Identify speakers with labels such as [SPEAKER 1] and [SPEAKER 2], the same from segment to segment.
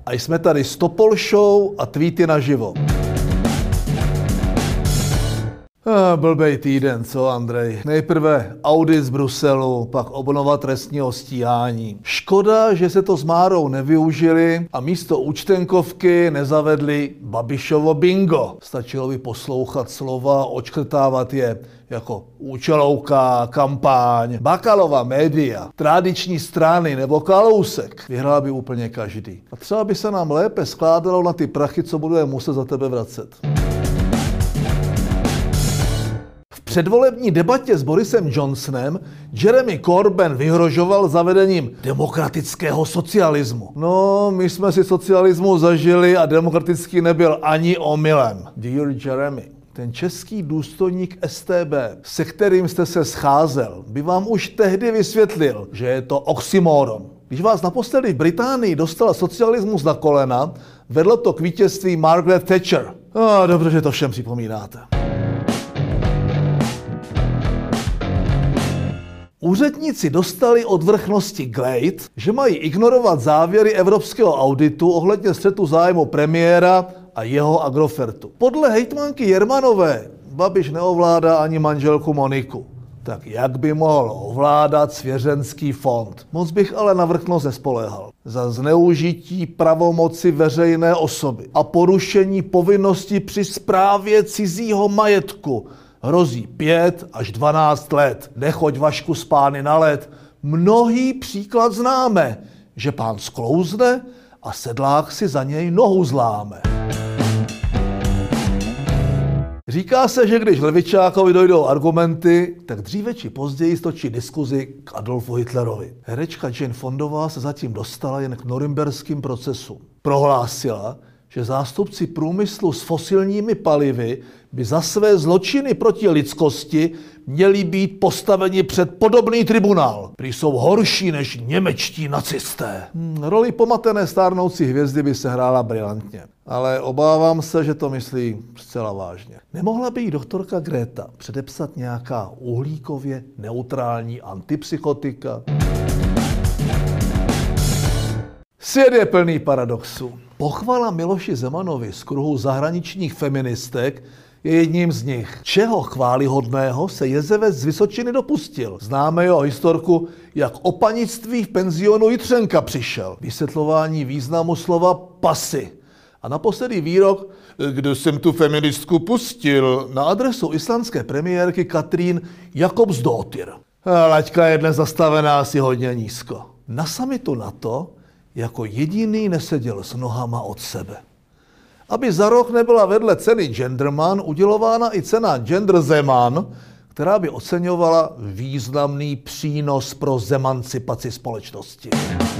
[SPEAKER 1] A jsme tady s Topol Show a tweety naživo. Blbej týden, co Andrej? Nejprve audit z Bruselu, pak obnova trestního stíhání. Škoda, že se to s Márou nevyužili a místo účtenkovky nezavedli Babišovo bingo. Stačilo by poslouchat slova, odškrtávat je jako účelovka, kampaň, Bakalova média, tradiční strany nebo Kalousek. Vyhrál by úplně každý. A třeba by se nám lépe skládalo na ty prachy, co budeme muset za tebe vracet. V předvolební debatě s Borisem Johnsonem Jeremy Corbyn vyhrožoval zavedením demokratického socialismu. No, my jsme si socialismus zažili a demokratický nebyl ani omylem. Dear Jeremy, ten český důstojník StB, se kterým jste se scházel, by vám už tehdy vysvětlil, že je to oxymoron. Když vás naposledy v Británii dostal socialismus na kolena, vedlo to k vítězství Margaret Thatcher. Dobře, že to všem připomínáte. Úředníci dostali od vrchnosti Glade, že mají ignorovat závěry evropského auditu ohledně střetu zájmu premiéra a jeho Agrofertu. Podle hejtmanky Jermanové Babiš neovládá ani manželku Moniku. Tak jak by mohl ovládat svěřenský fond? Moc bych ale na vrchnost nespoléhal. Za zneužití pravomoci veřejné osoby a porušení povinností při správě cizího majetku hrozí 5 až 12 let. Nechoď Vašku z Pány na led. Mnohý příklad známe, že pán sklouzne a sedlák si za něj nohu zláme. Říká se, že když levičákovi dojdou argumenty, tak dříve či později stočí diskuzi k Adolfu Hitlerovi. Herečka Jane Fondová se zatím dostala jen k norimberským procesům. Prohlásila, že zástupci průmyslu s fosilními palivy by za své zločiny proti lidskosti měli být postaveni před podobný tribunál. Prý jsou horší než němečtí nacisté. Roli pomatené stárnoucí hvězdy by se hrála brilantně. Ale obávám se, že to myslí zcela vážně. Nemohla by jí doktorka Greta předepsat nějaká uhlíkově neutrální antipsychotika? Svět je plný paradoxů. Pochvala Miloši Zemanovi z kruhu zahraničních feministek je jedním z nich. Čeho chválihodného se jezevec z Vysočiny dopustil? Známe jeho historku, jak o panictví v penzionu Jitřenka přišel. Vysvětlování významu slova pasy. A naposledy výrok, kdo jsem tu feministku pustil, na adresu islandské premiérky Katrín Jakobsdóttir. Laťka je dnes zastavená asi hodně nízko. Na summitu NATO jako jediný neseděl s nohama od sebe. Aby za rok nebyla vedle ceny Genderman udělována i cena Gender Zeman, která by oceňovala významný přínos pro zemancipaci společnosti.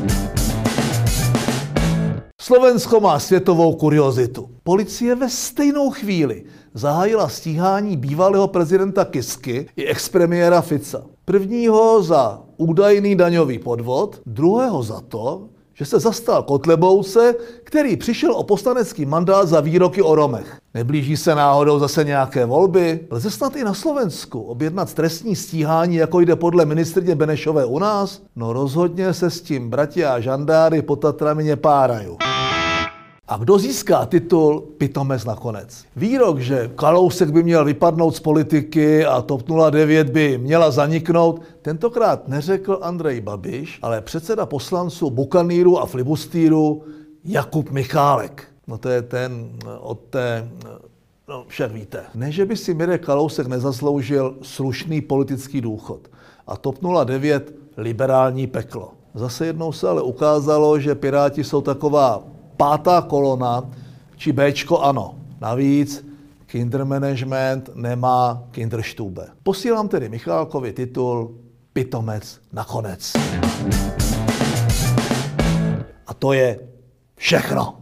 [SPEAKER 1] Slovensko má světovou kuriozitu. Policie ve stejnou chvíli zahájila stíhání bývalého prezidenta Kisky i expremiéra Fica. Prvního za údajný daňový podvod, druhého za to, že se zastal Kotlebovce, který přišel o poslanecký mandát za výroky o Romech. Neblíží se náhodou zase nějaké volby? Lze snad i na Slovensku objednat trestní stíhání, jako jde podle ministryně Benešové u nás? No rozhodně se s tím bratia a žandáry pod Tatrami nepárají. A kdo získá titul pitomec nakonec? Výrok, že Kalousek by měl vypadnout z politiky a TOP 09 by měla zaniknout, tentokrát neřekl Andrej Babiš, ale předseda poslanců Bukanýru a Flibustýru Jakub Michálek. No to je ten od té... No, však víte. Ne, že by si Mirek Kalousek nezasloužil slušný politický důchod. A TOP 09 liberální peklo. Zase jednou se ale ukázalo, že Piráti jsou taková pátá kolona, či Bčko ano. Navíc Kindermanagement nemá Kinderstube. Posílám tedy Michálkovi titul Pitomec nakonec. A to je všechno.